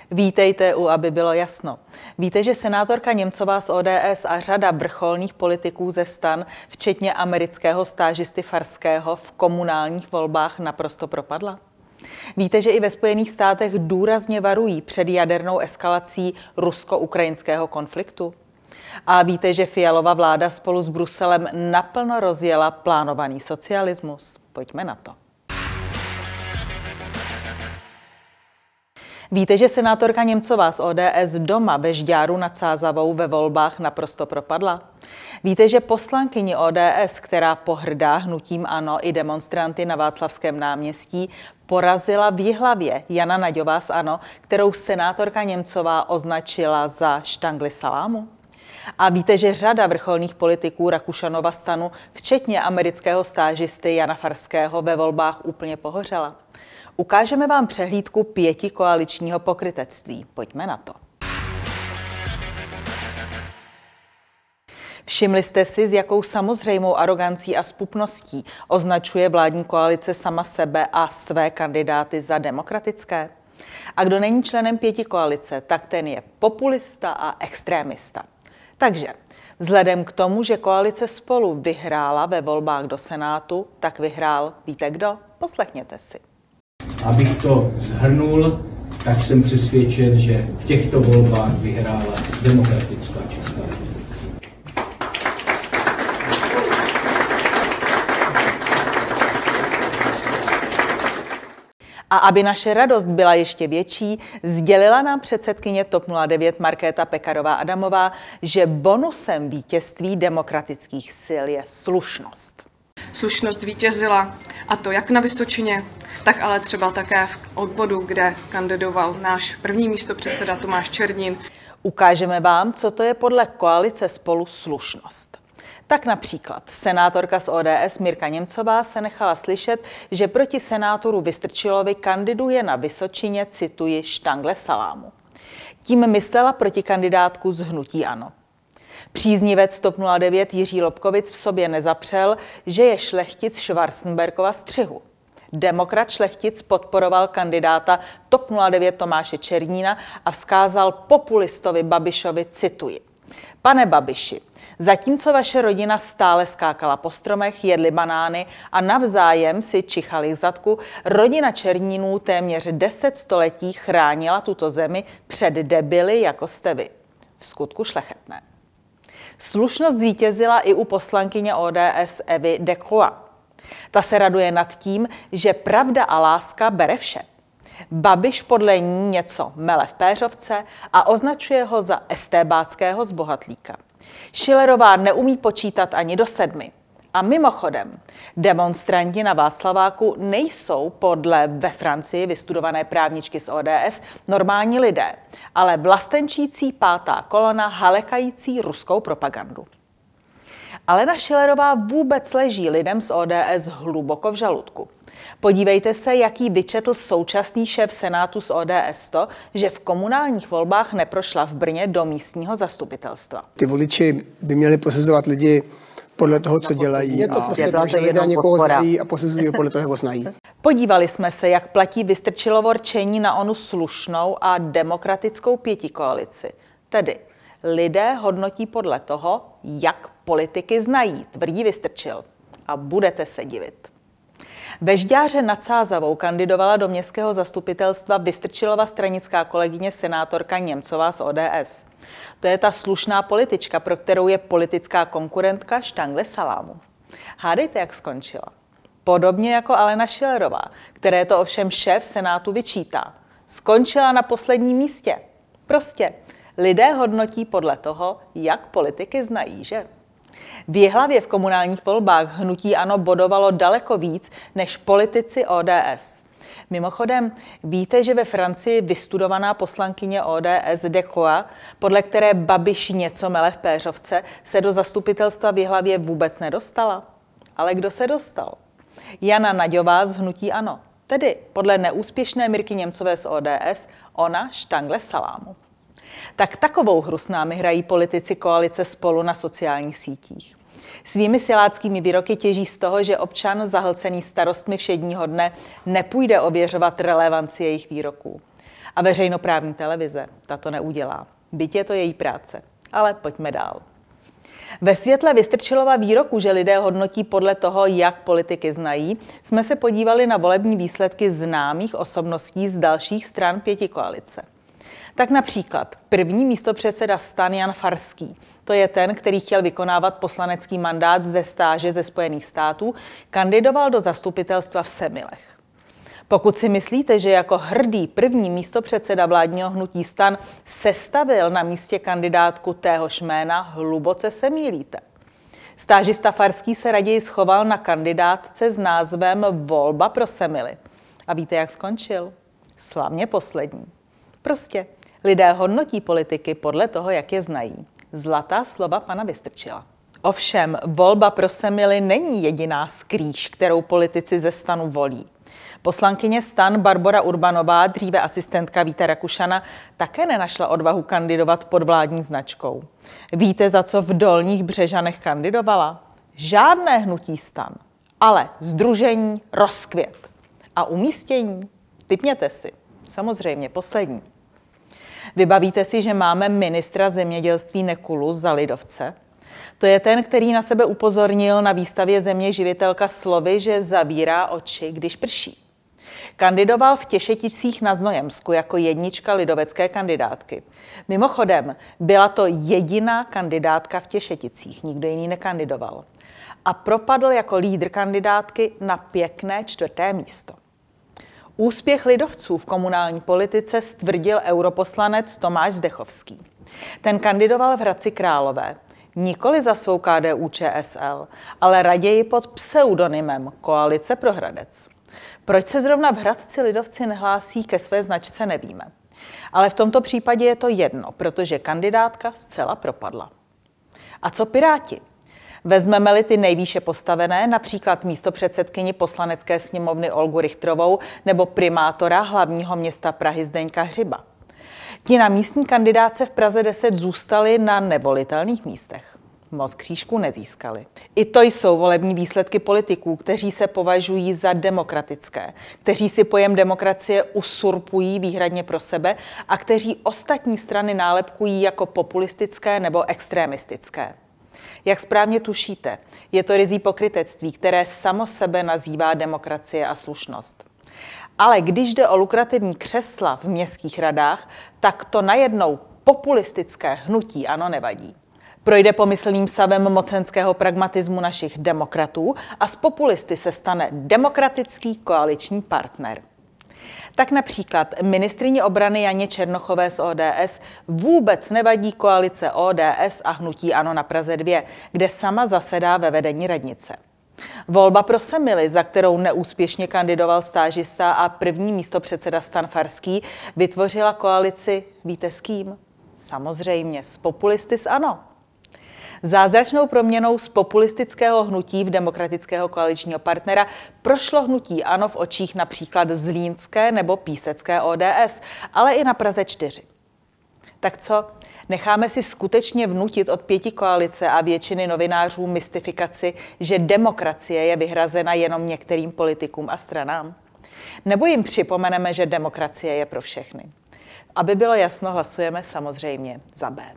Vítejte u Aby bylo jasno. Víte, že senátorka Němcová z ODS a řada vrcholných politiků ze STAN, včetně amerického stážisty Farského, v komunálních volbách naprosto propadla? Víte, že i ve Spojených státech důrazně varují před jadernou eskalací rusko-ukrajinského konfliktu? A víte, že Fialova vláda spolu s Bruselem naplno rozjela plánovaný socialismus? Pojďme na to. Víte, že senátorka Němcová z ODS doma ve Žďáru nad Sázavou ve volbách naprosto propadla? Víte, že poslankyni ODS, která pohrdá hnutím ANO i demonstranty na Václavském náměstí, porazila v Jihlavě Jana Naďová z ANO, kterou senátorka Němcová označila za štangli salámu? A víte, že řada vrcholných politiků Rakušanova STANu, včetně amerického stážisty Jana Farského, ve volbách úplně pohořela? Ukážeme vám přehlídku 5 koaličního pokrytectví. Pojďme na to. Všimli jste si, s jakou samozřejmou arogancí a zpupností označuje vládní koalice sama sebe a své kandidáty za demokratické? A kdo není členem 5 koalice, tak ten je populista a extrémista. Takže vzhledem k tomu, že koalice Spolu vyhrála ve volbách do Senátu, tak vyhrál, víte kdo? Poslechněte si. Abych to shrnul, tak jsem přesvědčen, že v těchto volbách vyhrála demokratická Česká republika. A aby naše radost byla ještě větší, sdělila nám předsedkyně TOP 09 Markéta Pekarová Adamová, že bonusem vítězství demokratických sil je slušnost. Slušnost vítězila, a to jak na Vysočině, tak ale třeba také v obvodu, kde kandidoval náš první místopředseda Tomáš Czernin. Ukážeme vám, co to je podle koalice Spolu slušnost. Tak například senátorka z ODS Mirka Němcová se nechala slyšet, že proti senátoru Vystrčilovi kandiduje na Vysočině, cituji, štangle salámu. Tím myslela protikandidátku z hnutí ANO. Příznivec TOP 09 Jiří Lobkovic v sobě nezapřel, že je šlechtic Schwarzenbergova střihu. Demokrat Šlechtic podporoval kandidáta TOP 09 Tomáše Czernína a vzkázal populistovi Babišovi, cituji: Pane Babiši, zatímco vaše rodina stále skákala po stromech, jedli banány a navzájem si čichali k zadku, rodina Czernínů téměř 10 století chránila tuto zemi před debily, jako jste vy. V skutku šlechetné. Slušnost zvítězila i u poslankyně ODS Evy Decroix. Ta se raduje nad tím, že pravda a láska bere vše. Babiš podle ní něco mele v péřovce a označuje ho za estébáckého zbohatlíka. Schillerová neumí počítat ani do 7. A mimochodem, demonstranti na Václaváku nejsou podle ve Francii vystudované právničky z ODS normální lidé, ale vlastenčící 5. kolona halekající ruskou propagandu. Alena Schillerová vůbec leží lidem z ODS hluboko v žaludku. Podívejte se, jaký vyčetl současný šéf Senátu z ODS to, že v komunálních volbách neprošla v Brně do místního zastupitelstva. Ty voliči by měli posuzovat lidi podle toho, co dělají. Je to prostě tak, že lidé někoho znají a posuzují podle toho, jak ho znají. Podívali jsme se, jak platí Vystrčilovo rčení na onu slušnou a demokratickou 5 koalici. Tedy lidé hodnotí podle toho, jak politiky znají, tvrdí Vystrčil. A budete se divit. Ve Žďáře nad Sázavou kandidovala do městského zastupitelstva Vystrčilova stranická kolegyně senátorka Němcová z ODS. To je ta slušná politička, pro kterou je politická konkurentka štangle salámu. Hádejte, jak skončila. Podobně jako Alena Schillerová, které to ovšem šéf Senátu vyčítá. Skončila na posledním místě. Prostě lidé hodnotí podle toho, jak politiky znají, že? V Jihlavě v komunálních volbách hnutí ANO bodovalo daleko víc než politici ODS. Mimochodem, víte, že ve Francii vystudovaná poslankyně ODS Decroix, podle které Babiš něco mele v péřovce, se do zastupitelstva v Jihlavě vůbec nedostala? Ale kdo se dostal? Jana Naďová z hnutí ANO. Tedy podle neúspěšné Mirky Němcové z ODS, ona štangle salámu. Tak takovou hru s námi hrají politici koalice Spolu na sociálních sítích. Svými siláckými výroky těží z toho, že občan zahlcený starostmi všedního dne nepůjde ověřovat relevanci jejich výroků. A veřejnoprávní televize tato neudělá. Byť je to její práce. Ale pojďme dál. Ve světle Vystrčilova výroku, že lidé hodnotí podle toho, jak politiky znají, jsme se podívali na volební výsledky známých osobností z dalších stran pětikoalice. Tak například první místopředseda STAN Jan Farský, to je ten, který chtěl vykonávat poslanecký mandát ze stáže ze Spojených států, kandidoval do zastupitelstva v Semilech. Pokud si myslíte, že jako hrdý první místopředseda vládního hnutí STAN sestavil na místě kandidátku téhož jména, hluboce se mýlíte. Stážista Farský se raději schoval na kandidátce s názvem Volba pro Semily. A víte, jak skončil? Slavně poslední. Prostě lidé hodnotí politiky podle toho, jak je znají. Zlatá slova pana Vystrčila. Ovšem, volba pro Semily není jediná skrýš, kterou politici ze STANu volí. Poslankyně STAN Barbora Urbanová, dříve asistentka Víta Rakušana, také nenašla odvahu kandidovat pod vládní značkou. Víte, za co v Dolních Břežanech kandidovala? Žádné hnutí STAN, ale sdružení Rozkvět. A umístění? Tipněte si. Samozřejmě poslední. Vybavíte si, že máme ministra zemědělství Nekulu za lidovce? To je ten, který na sebe upozornil na výstavě Země živitelka slovy, že zavírá oči, když prší. Kandidoval v Těšeticích na Znojemsku jako jednička lidovecké kandidátky. Mimochodem, byla to jediná kandidátka v Těšeticích, nikdo jiný nekandidoval. A propadl jako lídr kandidátky na pěkné 4. místo. Úspěch lidovců v komunální politice stvrdil europoslanec Tomáš Zdechovský. Ten kandidoval v Hradci Králové. Nikoli za svou KDU-ČSL, ale raději pod pseudonymem Koalice pro Hradec. Proč se zrovna v Hradci lidovci nehlásí ke své značce, nevíme. Ale v tomto případě je to jedno, protože kandidátka zcela propadla. A co Piráti? Vezmeme-li ty nejvýše postavené, například místopředsedkyni Poslanecké sněmovny Olgu Richtrovou nebo primátora hlavního města Prahy Zdeňka Hřiba. Ti na místní kandidáce v Praze 10 zůstali na nevolitelných místech. Moc křížků nezískali. I to jsou volební výsledky politiků, kteří se považují za demokratické, kteří si pojem demokracie usurpují výhradně pro sebe a kteří ostatní strany nálepkují jako populistické nebo extremistické. Jak správně tušíte, je to rizí pokrytectví, které samo sebe nazývá demokracie a slušnost. Ale když jde o lukrativní křesla v městských radách, tak to najednou populistické hnutí ANO nevadí. Projde pomyslným savem mocenského pragmatismu našich demokratů a z populisty se stane demokratický koaliční partner. Tak například ministryni obrany Janě Černochové z ODS vůbec nevadí koalice ODS a hnutí ANO na Praze 2, kde sama zasedá ve vedení radnice. Volba pro Semily, za kterou neúspěšně kandidoval stážista a první místopředseda STAN Farský, vytvořila koalici, víte s kým? Samozřejmě s populisty z ANO. Zázračnou proměnou z populistického hnutí v demokratického koaličního partnera prošlo hnutí ANO v očích například zlínské nebo písecké ODS, ale i na Praze 4. Tak co? Necháme si skutečně vnutit od pětikoalice a většiny novinářů mystifikaci, že demokracie je vyhrazena jenom některým politikům a stranám? Nebo jim připomeneme, že demokracie je pro všechny? Aby bylo jasno, hlasujeme samozřejmě za B.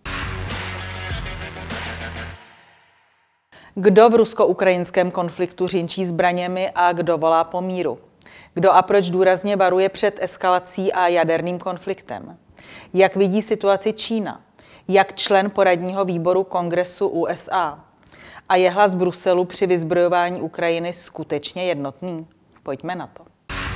Kdo v rusko-ukrajinském konfliktu řinčí zbraněmi a kdo volá po míru? Kdo a proč důrazně varuje před eskalací a jaderným konfliktem? Jak vidí situaci Čína? Jak člen poradního výboru Kongresu USA? A je hlas Bruselu při vyzbrojování Ukrajiny skutečně jednotný? Pojďme na to.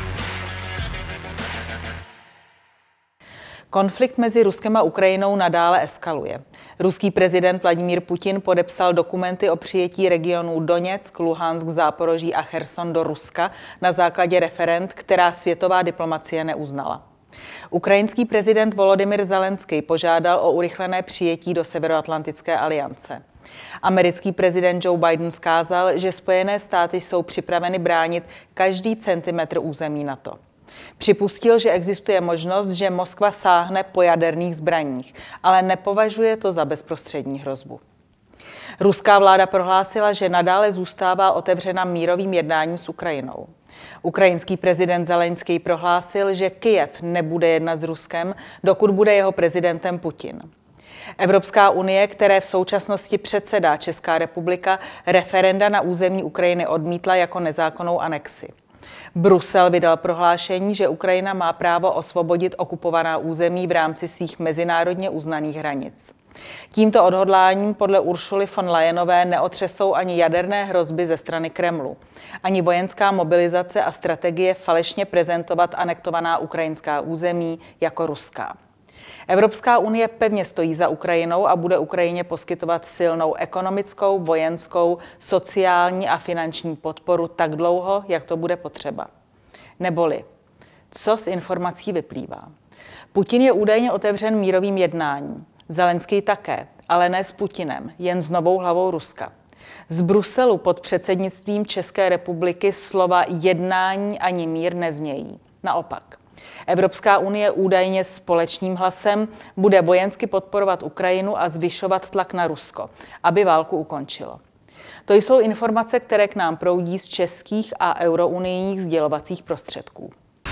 Konflikt mezi Ruskem a Ukrajinou nadále eskaluje. Ruský prezident Vladimír Putin podepsal dokumenty o přijetí regionů Doněck, Luhansk, Záporoží a Cherson do Ruska na základě referend, která světová diplomacie neuznala. Ukrajinský prezident Volodymyr Zelenský požádal o urychlené přijetí do Severoatlantické aliance. Americký prezident Joe Biden vzkázal, že Spojené státy jsou připraveny bránit každý centimetr území NATO. Připustil, že existuje možnost, že Moskva sáhne po jaderných zbraních, ale nepovažuje to za bezprostřední hrozbu. Ruská vláda prohlásila, že nadále zůstává otevřena mírovým jednáním s Ukrajinou. Ukrajinský prezident Zelenský prohlásil, že Kyjev nebude jednat s Ruskem, dokud bude jeho prezidentem Putin. Evropská unie, které v současnosti předsedá Česká republika, referenda na území Ukrajiny odmítla jako nezákonnou anexi. Brusel vydal prohlášení, že Ukrajina má právo osvobodit okupovaná území v rámci svých mezinárodně uznaných hranic. Tímto odhodláním podle Uršuly von Leyenové neotřesou ani jaderné hrozby ze strany Kremlu, ani vojenská mobilizace a strategie falešně prezentovat anektovaná ukrajinská území jako ruská. Evropská unie pevně stojí za Ukrajinou a bude Ukrajině poskytovat silnou ekonomickou, vojenskou, sociální a finanční podporu tak dlouho, jak to bude potřeba. Neboli, co z informací vyplývá? Putin je údajně otevřen mírovým jednáním. Zelenský také, ale ne s Putinem, jen s novou hlavou Ruska. Z Bruselu pod předsednictvím České republiky slova jednání ani mír neznějí. Naopak. Evropská unie údajně společným hlasem bude vojensky podporovat Ukrajinu a zvyšovat tlak na Rusko, aby válku ukončilo. To jsou informace, které k nám proudí z českých a eurounijních sdělovacích prostředků.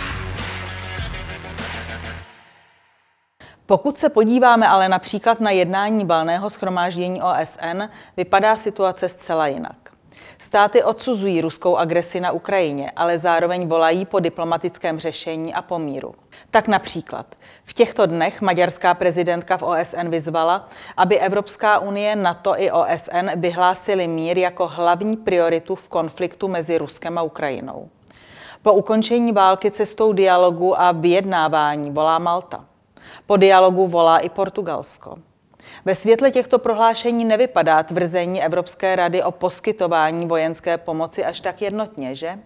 Pokud se podíváme ale například na jednání Valného shromáždění OSN, vypadá situace zcela jinak. Státy odsuzují ruskou agresi na Ukrajině, ale zároveň volají po diplomatickém řešení a po míru. Tak například v těchto dnech maďarská prezidentka v OSN vyzvala, aby Evropská unie, NATO i OSN vyhlásili mír jako hlavní prioritu v konfliktu mezi Ruskem a Ukrajinou. Po ukončení války cestou dialogu a vyjednávání volá Malta. Po dialogu volá i Portugalsko. Ve světle těchto prohlášení nevypadá tvrzení Evropské rady o poskytování vojenské pomoci až tak jednotně, že?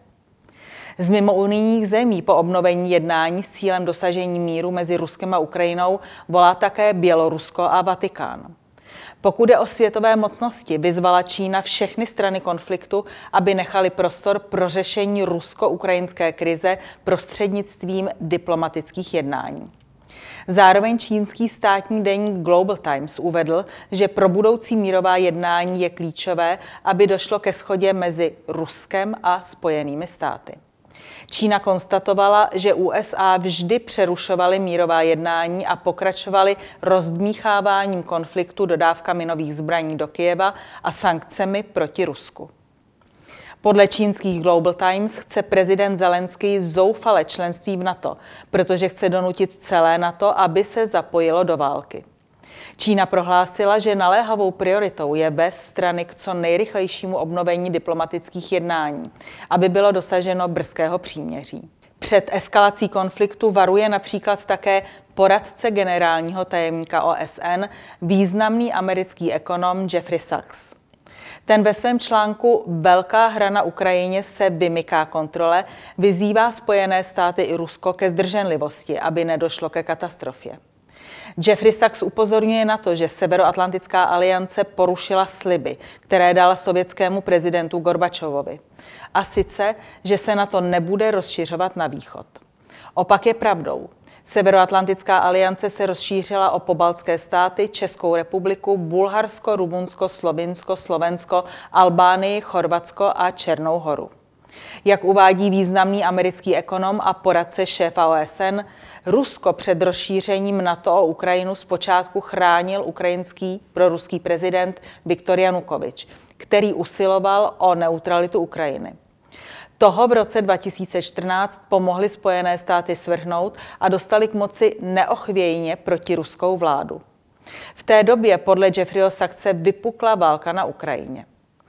Z mimounijních zemí po obnovení jednání s cílem dosažení míru mezi Ruskem a Ukrajinou volá také Bělorusko a Vatikán. Pokud jde o světové mocnosti, vyzvala Čína všechny strany konfliktu, aby nechali prostor pro řešení rusko-ukrajinské krize prostřednictvím diplomatických jednání. Zároveň čínský státní deník Global Times uvedl, že pro budoucí mírová jednání je klíčové, aby došlo ke shodě mezi Ruskem a Spojenými státy. Čína konstatovala, že USA vždy přerušovaly mírová jednání a pokračovaly rozdmícháváním konfliktu dodávkami nových zbraní do Kyjeva a sankcemi proti Rusku. Podle čínských Global Times chce prezident Zelenský zoufale členství v NATO, protože chce donutit celé NATO, aby se zapojilo do války. Čína prohlásila, že naléhavou prioritou je vést strany k co nejrychlejšímu obnovení diplomatických jednání, aby bylo dosaženo brzkého příměří. Před eskalací konfliktu varuje například také poradce generálního tajemníka OSN, významný americký ekonom Jeffrey Sachs. Ten ve svém článku Velká hra na Ukrajině se vymyká kontrole vyzývá Spojené státy i Rusko ke zdrženlivosti, aby nedošlo ke katastrofě. Jeffrey Sachs upozorňuje na to, že Severoatlantická aliance porušila sliby, které dala sovětskému prezidentu Gorbačovovi. A sice, že se NATO nebude rozšiřovat na východ. Opak je pravdou. Severoatlantická aliance se rozšířila o pobaltské státy, Českou republiku, Bulharsko, Rumunsko, Slovinsko, Slovensko, Albánii, Chorvatsko a Černou Horu. Jak uvádí významný americký ekonom a poradce šéfa OSN, Rusko před rozšířením NATO o Ukrajinu zpočátku chránil ukrajinský proruský prezident Viktor Janukovyč, který usiloval o neutralitu Ukrajiny. Toho v roce 2014 pomohly Spojené státy svrhnout a dostali k moci neochvějně protiruskou vládu. V té době podle Jeffreyho Sachse vypukla válka na Ukrajině.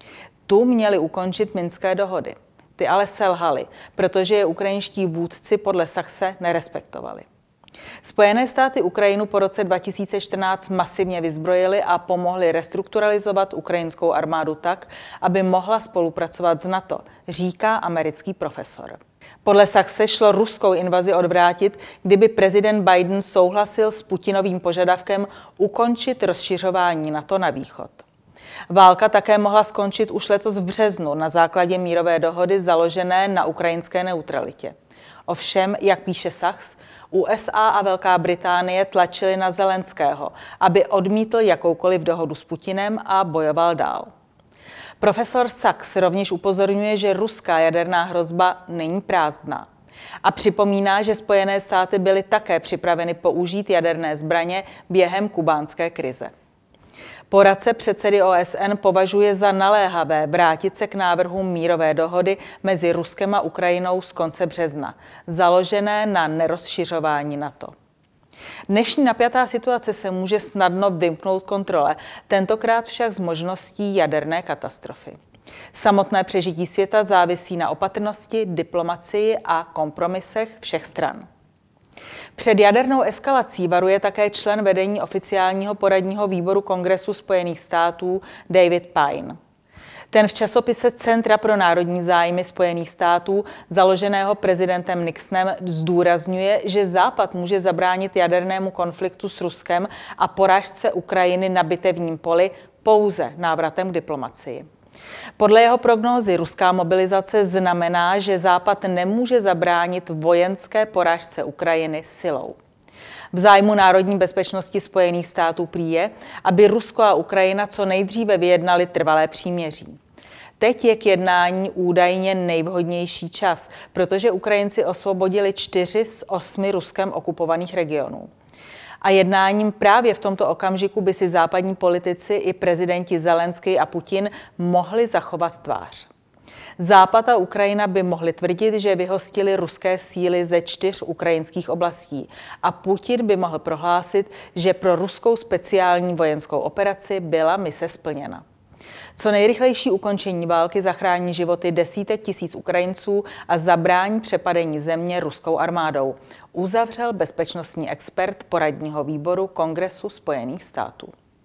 Tu měli ukončit minské dohody. Ty ale selhaly, protože je ukrajinští vůdci podle Sachse nerespektovali. Spojené státy Ukrajinu po roce 2014 masivně vyzbrojily a pomohly restrukturalizovat ukrajinskou armádu tak, aby mohla spolupracovat s NATO, říká americký profesor. Podle Sachse šlo ruskou invazi odvrátit, kdyby prezident Biden souhlasil s Putinovým požadavkem ukončit rozšiřování NATO na východ. Válka také mohla skončit už letos v březnu na základě mírové dohody založené na ukrajinské neutralitě. Ovšem, jak píše Sachs, USA a Velká Británie tlačily na Zelenského, aby odmítl jakoukoliv dohodu s Putinem a bojoval dál. Profesor Sachs rovněž upozorňuje, že ruská jaderná hrozba není prázdná. A připomíná, že Spojené státy byly také připraveny použít jaderné zbraně během kubánské krize. Poradce předsedy OSN považuje za naléhavé vrátit se k návrhům mírové dohody mezi Ruskem a Ukrajinou z konce března, založené na nerozšiřování NATO. Dnešní napjatá situace se může snadno vymknout kontrole, tentokrát však s možností jaderné katastrofy. Samotné přežití světa závisí na opatrnosti, diplomacii a kompromisech všech stran. Před jadernou eskalací varuje také člen vedení oficiálního poradního výboru Kongresu Spojených států David Payne. Ten v časopise Centra pro národní zájmy Spojených států, založeného prezidentem Nixonem, zdůrazňuje, že Západ může zabránit jadernému konfliktu s Ruskem a porážce Ukrajiny na bitevním poli pouze návratem k diplomacii. Podle jeho prognózy ruská mobilizace znamená, že Západ nemůže zabránit vojenské porážce Ukrajiny silou. V zájmu národní bezpečnosti Spojených států prý je, aby Rusko a Ukrajina co nejdříve vyjednali trvalé příměří. Teď je k jednání údajně nejvhodnější čas, protože Ukrajinci osvobodili 4 z 8 Ruskem okupovaných regionů. A jednáním právě v tomto okamžiku by si západní politici i prezidenti Zelenský a Putin mohli zachovat tvář. Západ a Ukrajina by mohli tvrdit, že vyhostili ruské síly ze 4 ukrajinských oblastí a Putin by mohl prohlásit, že pro ruskou speciální vojenskou operaci byla mise splněna. Co nejrychlejší ukončení války zachrání životy desítek tisíc Ukrajinců a zabrání přepadení země ruskou armádou, uzavřel bezpečnostní expert poradního výboru Kongresu Spojených států.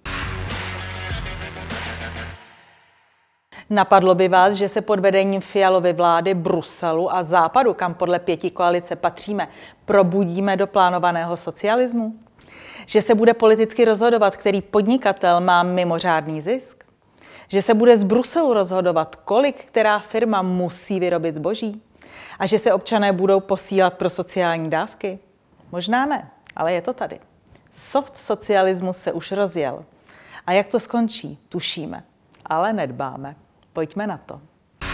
Napadlo by vás, že se pod vedením Fialovy vlády, Bruselu a Západu, kam podle pětikoalice patříme, probudíme do plánovaného socialismu? Že se bude politicky rozhodovat, který podnikatel má mimořádný zisk? Že se bude z Bruselu rozhodovat, kolik která firma musí vyrobit zboží? A že se občané budou posílat pro sociální dávky? Možná ne, ale je to tady. Soft socialismus se už rozjel. A jak to skončí, tušíme, ale nedbáme. Pojďme na to.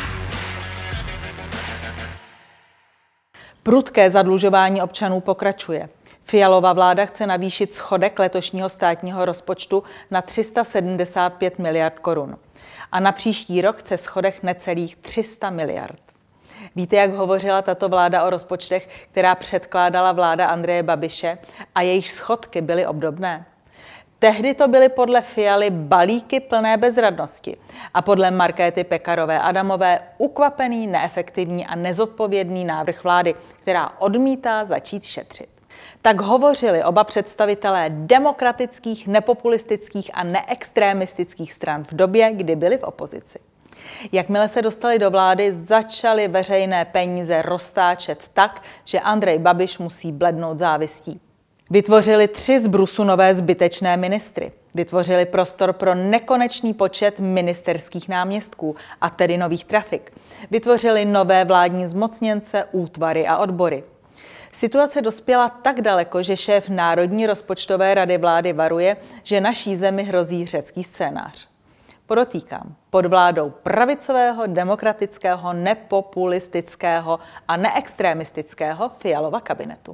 Prudké zadlužování občanů pokračuje. Fialova vláda chce navýšit schodek letošního státního rozpočtu na 375 miliard korun. A na příští rok chce schodek necelých 300 miliard. Víte, jak hovořila tato vláda o rozpočtech, která předkládala vláda Andreje Babiše a jejich schodky byly obdobné? Tehdy to byly podle Fialy balíky plné bezradnosti a podle Markéty Pekarové Adamové ukvapený, neefektivní a nezodpovědný návrh vlády, která odmítá začít šetřit. Tak hovořili oba představitelé demokratických, nepopulistických a neextremistických stran v době, kdy byli v opozici. Jakmile se dostali do vlády, začali veřejné peníze roztáčet tak, že Andrej Babiš musí blednout závistí. Vytvořili 3 z brusu nové zbytečné ministry. Vytvořili prostor pro nekonečný počet ministerských náměstků, a tedy nových trafik. Vytvořili nové vládní zmocněnce, útvary a odbory. Situace dospěla tak daleko, že šéf Národní rozpočtové rady vlády varuje, že naší zemi hrozí řecký scénář. Podotýkám, pod vládou pravicového, demokratického, nepopulistického a neextremistického Fialova kabinetu.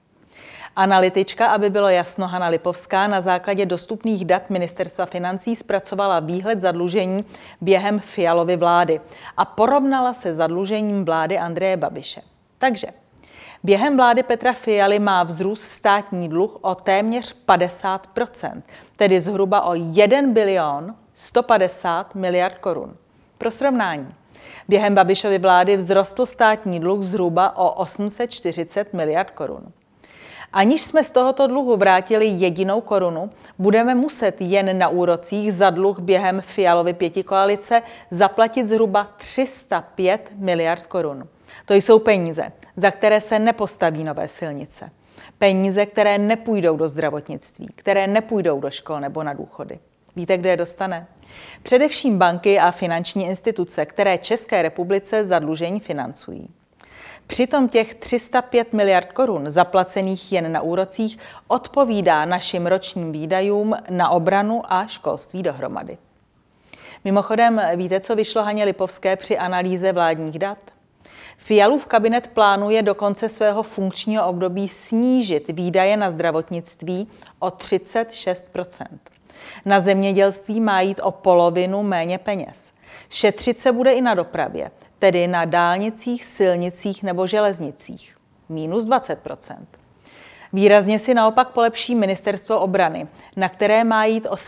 Analytička, aby bylo jasno, Hana Lipovská, na základě dostupných dat Ministerstva financí zpracovala výhled zadlužení během Fialovy vlády a porovnala se zadlužením vlády Andreje Babiše. Takže během vlády Petra Fialy má vzrůst státní dluh o téměř 50%, tedy zhruba o 1 bilion 150 miliard korun. Pro srovnání, během Babišovy vlády vzrostl státní dluh zhruba o 840 miliard korun. Aniž jsme z tohoto dluhu vrátili jedinou korunu, budeme muset jen na úrocích za dluh během Fialovy pětikoalice zaplatit zhruba 305 miliard korun. To jsou peníze, za které se nepostaví nové silnice. Peníze, které nepůjdou do zdravotnictví, které nepůjdou do škol nebo na důchody. Víte, kde je dostane? Především banky a finanční instituce, které České republice zadlužení financují. Přitom těch 305 miliard korun zaplacených jen na úrocích odpovídá našim ročním výdajům na obranu a školství dohromady. Mimochodem, víte, co vyšlo Haně Lipovské při analýze vládních dat? Fialův kabinet plánuje do konce svého funkčního období snížit výdaje na zdravotnictví o 36%. Na zemědělství má jít o polovinu méně peněz. Šetřit se bude i na dopravě, tedy na dálnicích, silnicích nebo železnicích. Minus 20%. Výrazně si naopak polepší ministerstvo obrany, na které má jít o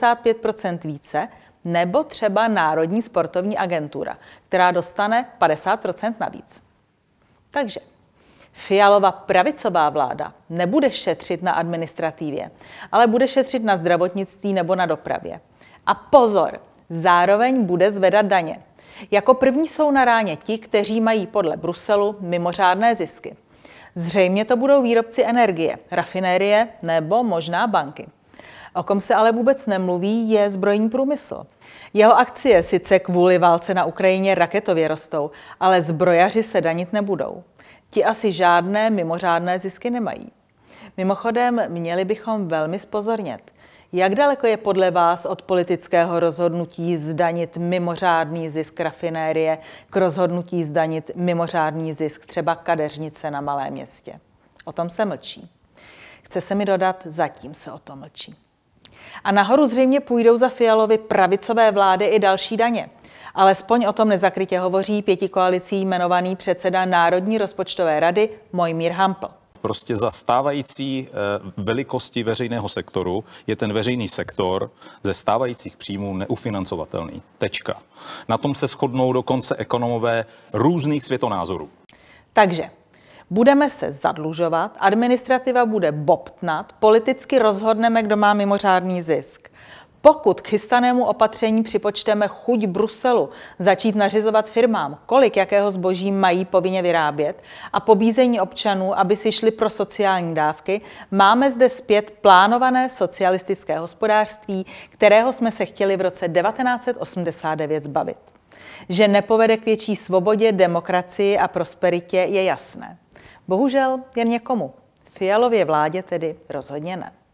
75% více, nebo třeba Národní sportovní agentura, která dostane 50% navíc. Takže Fialova pravicová vláda nebude šetřit na administrativě, ale bude šetřit na zdravotnictví nebo na dopravě. A pozor, zároveň bude zvedat daně. Jako první jsou na ráně ti, kteří mají podle Bruselu mimořádné zisky. Zřejmě to budou výrobci energie, rafinérie nebo možná banky. O kom se ale vůbec nemluví, je zbrojní průmysl. Jeho akcie sice kvůli válce na Ukrajině raketově rostou, ale zbrojaři se danit nebudou. Ti asi žádné mimořádné zisky nemají. Mimochodem, měli bychom velmi zpozornět. Jak daleko je podle vás od politického rozhodnutí zdanit mimořádný zisk rafinérie k rozhodnutí zdanit mimořádný zisk třeba kadeřnice na malém městě? O tom se mlčí. Chce se mi dodat, zatím se o tom mlčí. A nahoru zřejmě půjdou za Fialovy pravicové vlády i další daně. Alespoň o tom nezakrytě hovoří pětikoalicí jmenovaný předseda Národní rozpočtové rady Mojmír Hampl. Prostě za stávající velikosti veřejného sektoru je ten veřejný sektor ze stávajících příjmů neufinancovatelný. Tečka. Na tom se shodnou dokonce ekonomové různých světonázorů. Takže budeme se zadlužovat, administrativa bude bobtnat, politicky rozhodneme, kdo má mimořádný zisk. Pokud k chystanému opatření připočteme chuť Bruselu začít nařizovat firmám, kolik jakého zboží mají povinně vyrábět a pobízení občanů, aby si šli pro sociální dávky, máme zde zpět plánované socialistické hospodářství, kterého jsme se chtěli v roce 1989 zbavit. Že nepovede k větší svobodě, demokracii a prosperitě je jasné. Bohužel jen někomu. Fialově vládě tedy rozhodně ne.